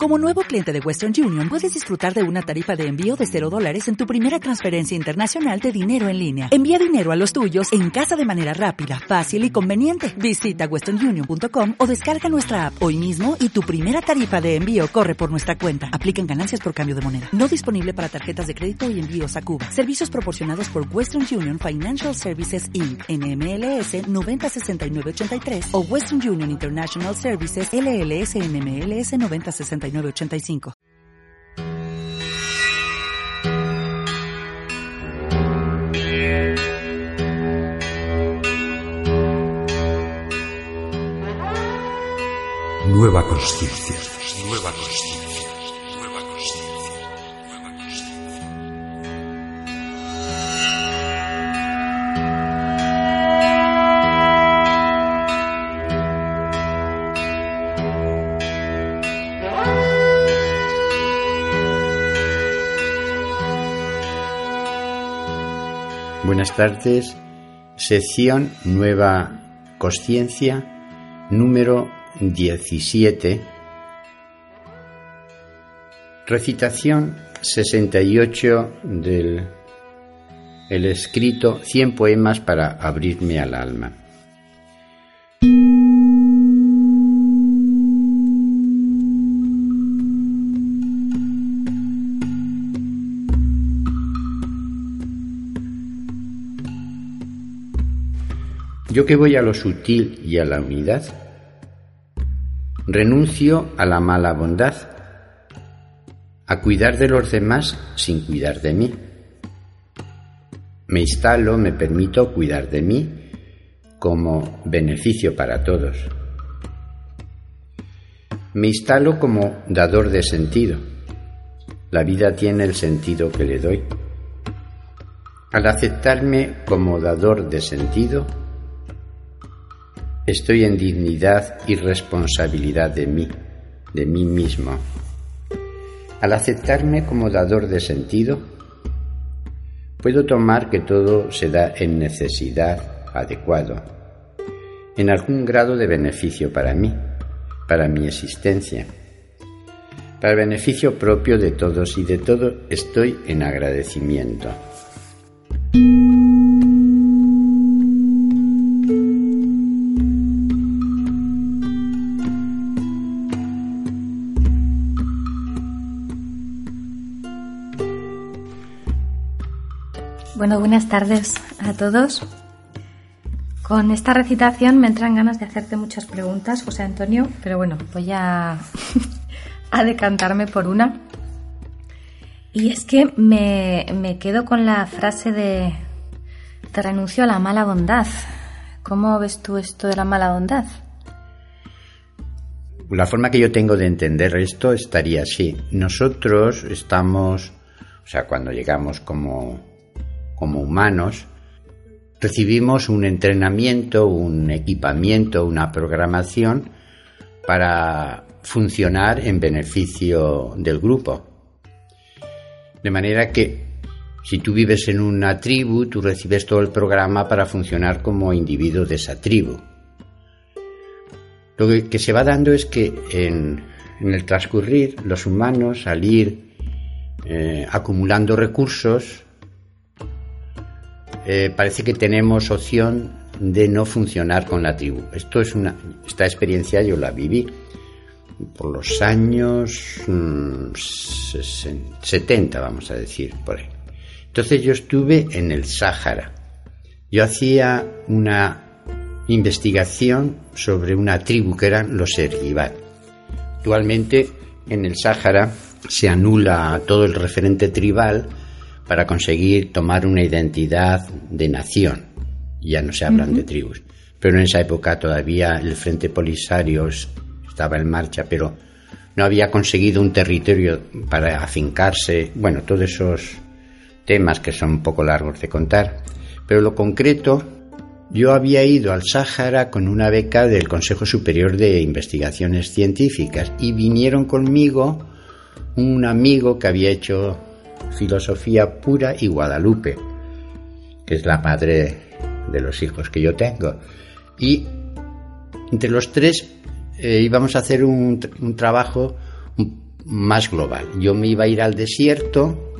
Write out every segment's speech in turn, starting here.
Como nuevo cliente de Western Union, puedes disfrutar de una tarifa de envío de $0 en tu primera transferencia internacional de dinero en línea. Envía dinero a los tuyos en casa de manera rápida, fácil y conveniente. Visita westernunion.com o descarga nuestra app hoy mismo y tu primera tarifa de envío corre por nuestra cuenta. Aplican ganancias por cambio de moneda. No disponible para tarjetas de crédito y envíos a Cuba. Servicios proporcionados por Western Union Financial Services Inc. NMLS 906983 o Western Union International Services LLS NMLS 906985. Nueva consciencia. Buenas tardes, sección Nueva Consciencia, número 17, recitación 68 del escrito 100 poemas para abrirme al alma. Yo que voy a lo sutil y a la unidad, renuncio a la mala bondad, a cuidar de los demás sin cuidar de mí. Me instalo, me permito cuidar de mí como beneficio para todos. Me instalo como dador de sentido. La vida tiene el sentido que le doy. Al aceptarme como dador de sentido, estoy en dignidad y responsabilidad de mí mismo. Al aceptarme como dador de sentido, puedo tomar que todo se da en necesidad, adecuado, en algún grado de beneficio para mí, para mi existencia. Para el beneficio propio de todos y de todo estoy en agradecimiento. Bueno, buenas tardes a todos. Con esta recitación me entran ganas de hacerte muchas preguntas, José Antonio, pero bueno, voy a decantarme por una. Y es que me quedo con la frase de te renuncio a la mala bondad. ¿Cómo ves tú esto de la mala bondad? La forma que yo tengo de entender esto estaría así. Nosotros estamos, cuando llegamos como humanos, recibimos un entrenamiento, un equipamiento, una programación para funcionar en beneficio del grupo. De manera que si tú vives en una tribu, tú recibes todo el programa para funcionar como individuo de esa tribu. Lo que se va dando es que en el transcurrir, los humanos, al ir acumulando recursos, parece que tenemos opción de no funcionar con la tribu. Esta experiencia yo la viví por los años 70, vamos a decir, por ahí. Entonces yo estuve en el Sáhara. Yo hacía una investigación sobre una tribu que eran los Ergibat. Actualmente en el Sáhara se anula todo el referente tribal para conseguir tomar una identidad de nación. Ya no se hablan de tribus. Pero en esa época todavía el Frente Polisario estaba en marcha, pero no había conseguido un territorio para afincarse. Bueno, todos esos temas que son un poco largos de contar. Pero lo concreto, yo había ido al Sáhara con una beca del Consejo Superior de Investigaciones Científicas y vinieron conmigo un amigo que había hecho filosofía pura y Guadalupe, que es la madre de los hijos que yo tengo, y entre los tres íbamos a hacer un trabajo más global. Yo me iba a ir al desierto,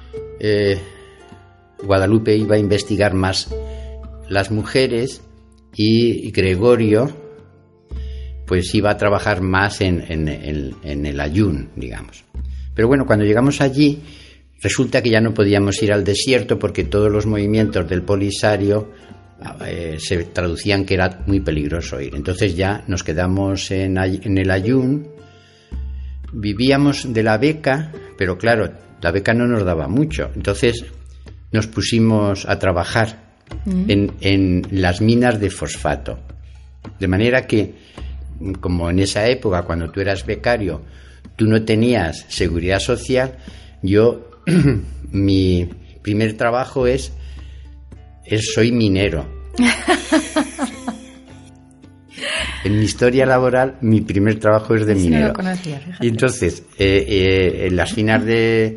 Guadalupe iba a investigar más las mujeres y Gregorio pues iba a trabajar más en el ayuno, digamos. Pero bueno, cuando llegamos allí, resulta que ya no podíamos ir al desierto porque todos los movimientos del Polisario se traducían que era muy peligroso ir. Entonces ya nos quedamos en el ayuno, vivíamos de la beca, pero claro, la beca no nos daba mucho. Entonces nos pusimos a trabajar en las minas de fosfato. De manera que, como en esa época, cuando tú eras becario, tú no tenías seguridad social, yo, mi primer trabajo soy minero. En mi historia laboral, mi primer trabajo es de minero. No lo conocía, fíjate. Y entonces, en las minas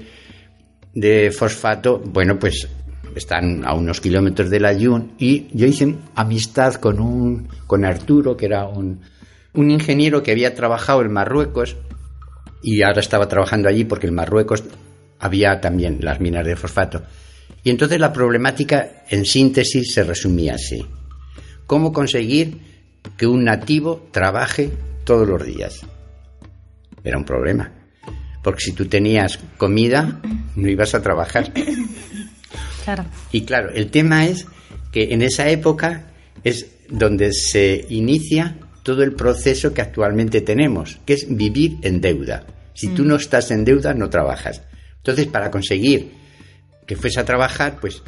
de fosfato, bueno, pues están a unos kilómetros del Ayun, y yo hice amistad con Arturo, que era un ingeniero que había trabajado en Marruecos y ahora estaba trabajando allí porque en Marruecos había también las minas de fosfato. Y entonces la problemática, en síntesis, se resumía así: ¿cómo conseguir que un nativo trabaje todos los días? Era un problema, porque si tú tenías comida, no ibas a trabajar. Claro. Y claro, el tema es que en esa época es donde se inicia todo el proceso que actualmente tenemos, que es vivir en deuda. Si tú no estás en deuda, no trabajas. Entonces, para conseguir que fuese a trabajar, pues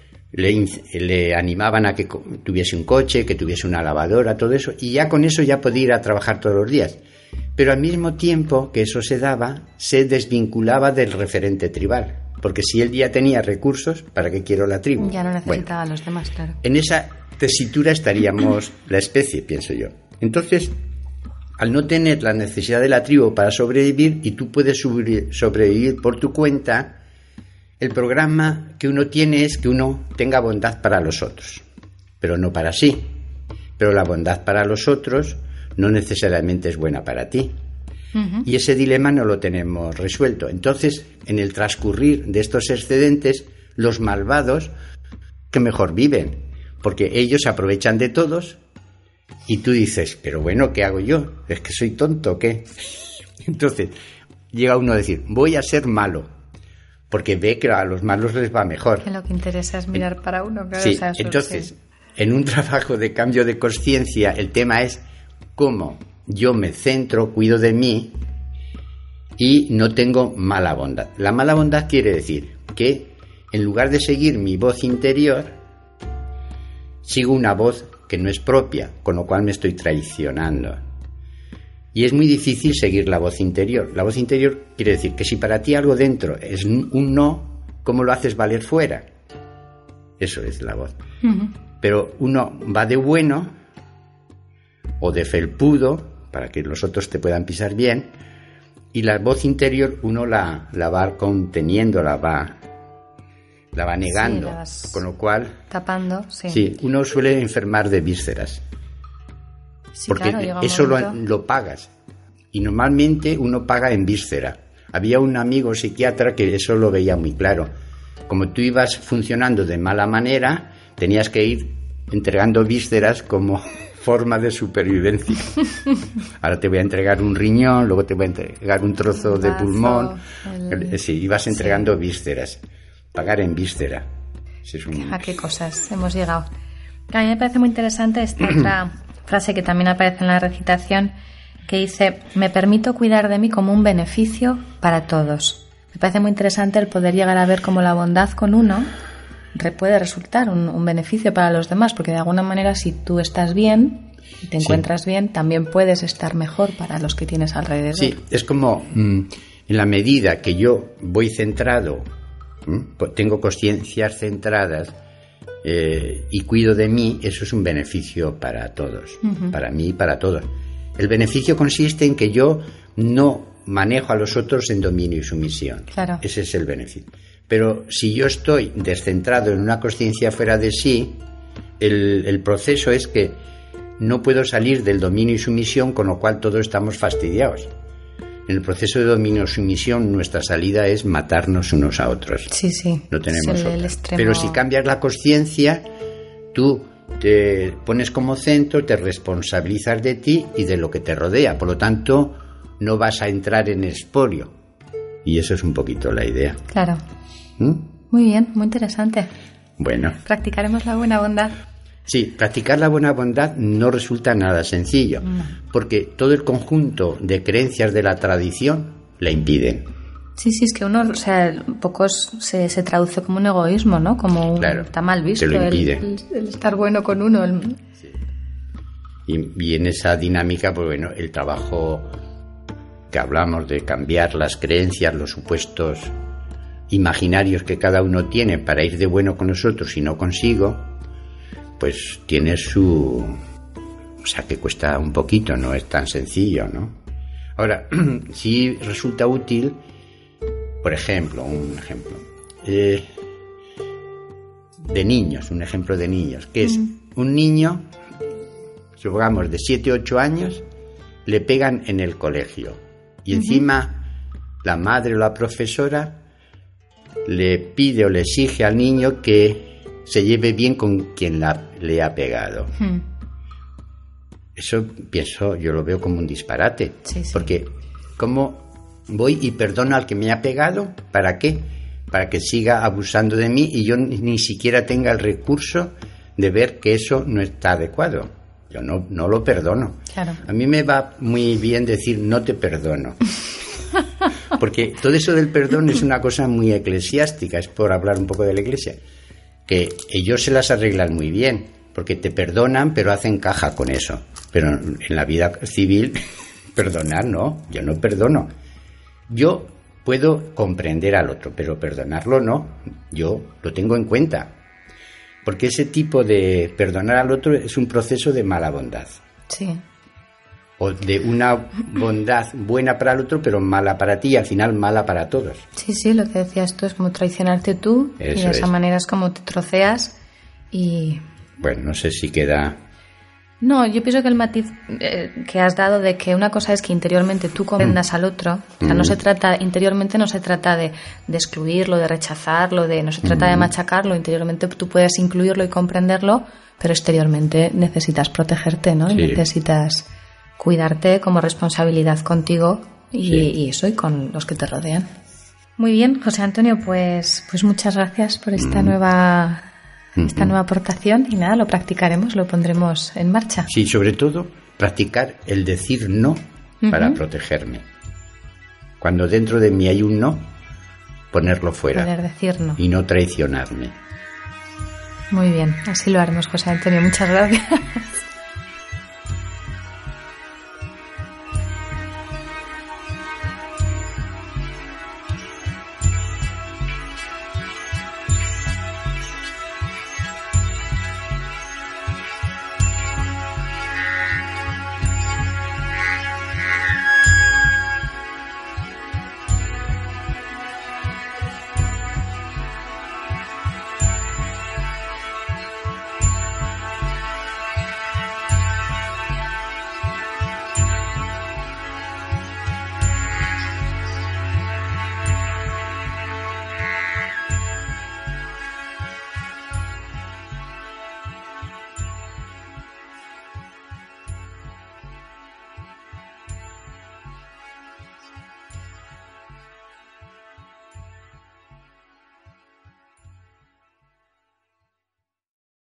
le animaban a que tuviese un coche, que tuviese una lavadora, todo eso, y ya con eso ya podía ir a trabajar todos los días. Pero al mismo tiempo que eso se daba, se desvinculaba del referente tribal. Porque si él ya tenía recursos, ¿para qué quiero la tribu? Ya no necesitaba a los demás, claro. En esa tesitura estaríamos la especie, pienso yo. Entonces, al no tener la necesidad de la tribu para sobrevivir, y tú puedes sobrevivir por tu cuenta, el programa que uno tiene es que uno tenga bondad para los otros, pero no para sí. Pero la bondad para los otros no necesariamente es buena para ti. Y ese dilema no lo tenemos resuelto. Entonces, en el transcurrir de estos excedentes, los malvados, que mejor viven, porque ellos aprovechan de todos, y tú dices, pero bueno, ¿qué hago yo? ¿Es que soy tonto o qué? Entonces, llega uno a decir, voy a ser malo, porque ve que a los malos les va mejor. Que lo que interesa es mirar para uno. Claro, sí, entonces, en un trabajo de cambio de conciencia, el tema es cómo yo me centro, cuido de mí y no tengo mala bondad. La mala bondad quiere decir que en lugar de seguir mi voz interior, sigo una voz que no es propia, con lo cual me estoy traicionando. Y es muy difícil seguir la voz interior. La voz interior quiere decir que si para ti algo dentro es un no, ¿cómo lo haces valer fuera? Eso es la voz. Pero uno va de bueno o de felpudo, para que los otros te puedan pisar bien, y la voz interior uno la va conteniendo, la va negando, sí, con lo cual tapando, sí. Sí, uno suele enfermar de vísceras, sí, porque claro, eso lo pagas, y normalmente uno paga en víscera. Había un amigo psiquiatra que eso lo veía muy claro. Como tú ibas funcionando de mala manera, tenías que ir entregando vísceras como forma de supervivencia. Ahora te voy a entregar un riñón, luego te voy a entregar un trozo de pulmón. Sí, ibas entregando vísceras. Pagar en víscera. ¿A qué cosas hemos llegado? A mí me parece muy interesante esta otra frase que también aparece en la recitación, que dice: me permito cuidar de mí como un beneficio para todos. Me parece muy interesante el poder llegar a ver cómo la bondad con uno puede resultar un beneficio para los demás, porque de alguna manera, si tú estás bien y te encuentras bien, también puedes estar mejor para los que tienes alrededor. Sí, es como en la medida que yo voy centrado, tengo conciencias centradas y cuido de mí, eso es un beneficio para todos, para mí y para todos. El beneficio consiste en que yo no manejo a los otros en dominio y sumisión. Claro. Ese es el beneficio. Pero si yo estoy descentrado en una conciencia fuera de sí, el proceso es que no puedo salir del dominio y sumisión, con lo cual todos estamos fastidiados. En el proceso de dominio-sumisión, nuestra salida es matarnos unos a otros. Sí, sí. No tenemos el otra. extremo... Pero si cambias la consciencia, tú te pones como centro, te responsabilizas de ti y de lo que te rodea. Por lo tanto, no vas a entrar en expolio. Y eso es un poquito la idea. Claro. Muy bien, muy interesante. Bueno. Practicaremos la buena bondad. Sí, practicar la buena bondad no resulta nada sencillo, porque todo el conjunto de creencias de la tradición la impiden. Sí, es que uno, o sea, un poco se traduce como un egoísmo, ¿no? Como claro, está mal visto te lo impide. El estar bueno con uno. Sí. Y en esa dinámica, pues bueno, el trabajo que hablamos de cambiar las creencias, los supuestos imaginarios que cada uno tiene para ir de bueno con nosotros y no consigo, pues tiene su... O sea, que cuesta un poquito, no es tan sencillo, ¿no? Ahora, sí resulta útil, por ejemplo, un ejemplo de niños, que es un niño, supongamos, de 7 o 8 años, le pegan en el colegio y encima la madre o la profesora le pide o le exige al niño que se lleve bien con quien le ha pegado. Eso, pienso, yo lo veo como un disparate. Sí. Porque, ¿cómo voy y perdono al que me ha pegado? ¿Para qué? Para que siga abusando de mí y yo ni siquiera tenga el recurso de ver que eso no está adecuado. Yo no lo perdono. Claro. A mí me va muy bien decir no te perdono. Porque todo eso del perdón es una cosa muy eclesiástica, es por hablar un poco de la iglesia, que ellos se las arreglan muy bien, porque te perdonan pero hacen caja con eso. Pero en la vida civil, perdonar no, yo no perdono. Yo puedo comprender al otro, pero perdonarlo no, yo lo tengo en cuenta. Porque ese tipo de perdonar al otro es un proceso de mala bondad. Sí. O de una bondad buena para el otro, pero mala para ti y al final mala para todos. Sí, lo que decías tú es como traicionarte tú. Eso y de esa manera es como te troceas y... Bueno, no sé si queda... No, yo pienso que el matiz que has dado de que una cosa es que interiormente tú comprendas al otro, o sea, no se trata, interiormente no se trata de excluirlo, de rechazarlo, no se trata de machacarlo, interiormente tú puedes incluirlo y comprenderlo, pero exteriormente necesitas protegerte, ¿no? Sí. Y necesitas cuidarte como responsabilidad contigo y eso, y con los que te rodean. Muy bien, José Antonio, pues muchas gracias por esta nueva aportación y nada, lo practicaremos, lo pondremos en marcha. Sí, sobre todo practicar el decir no para protegerme. Cuando dentro de mí hay un no, ponerlo fuera. Poder decir no. Y no traicionarme. Muy bien, así lo haremos, José Antonio. Muchas gracias.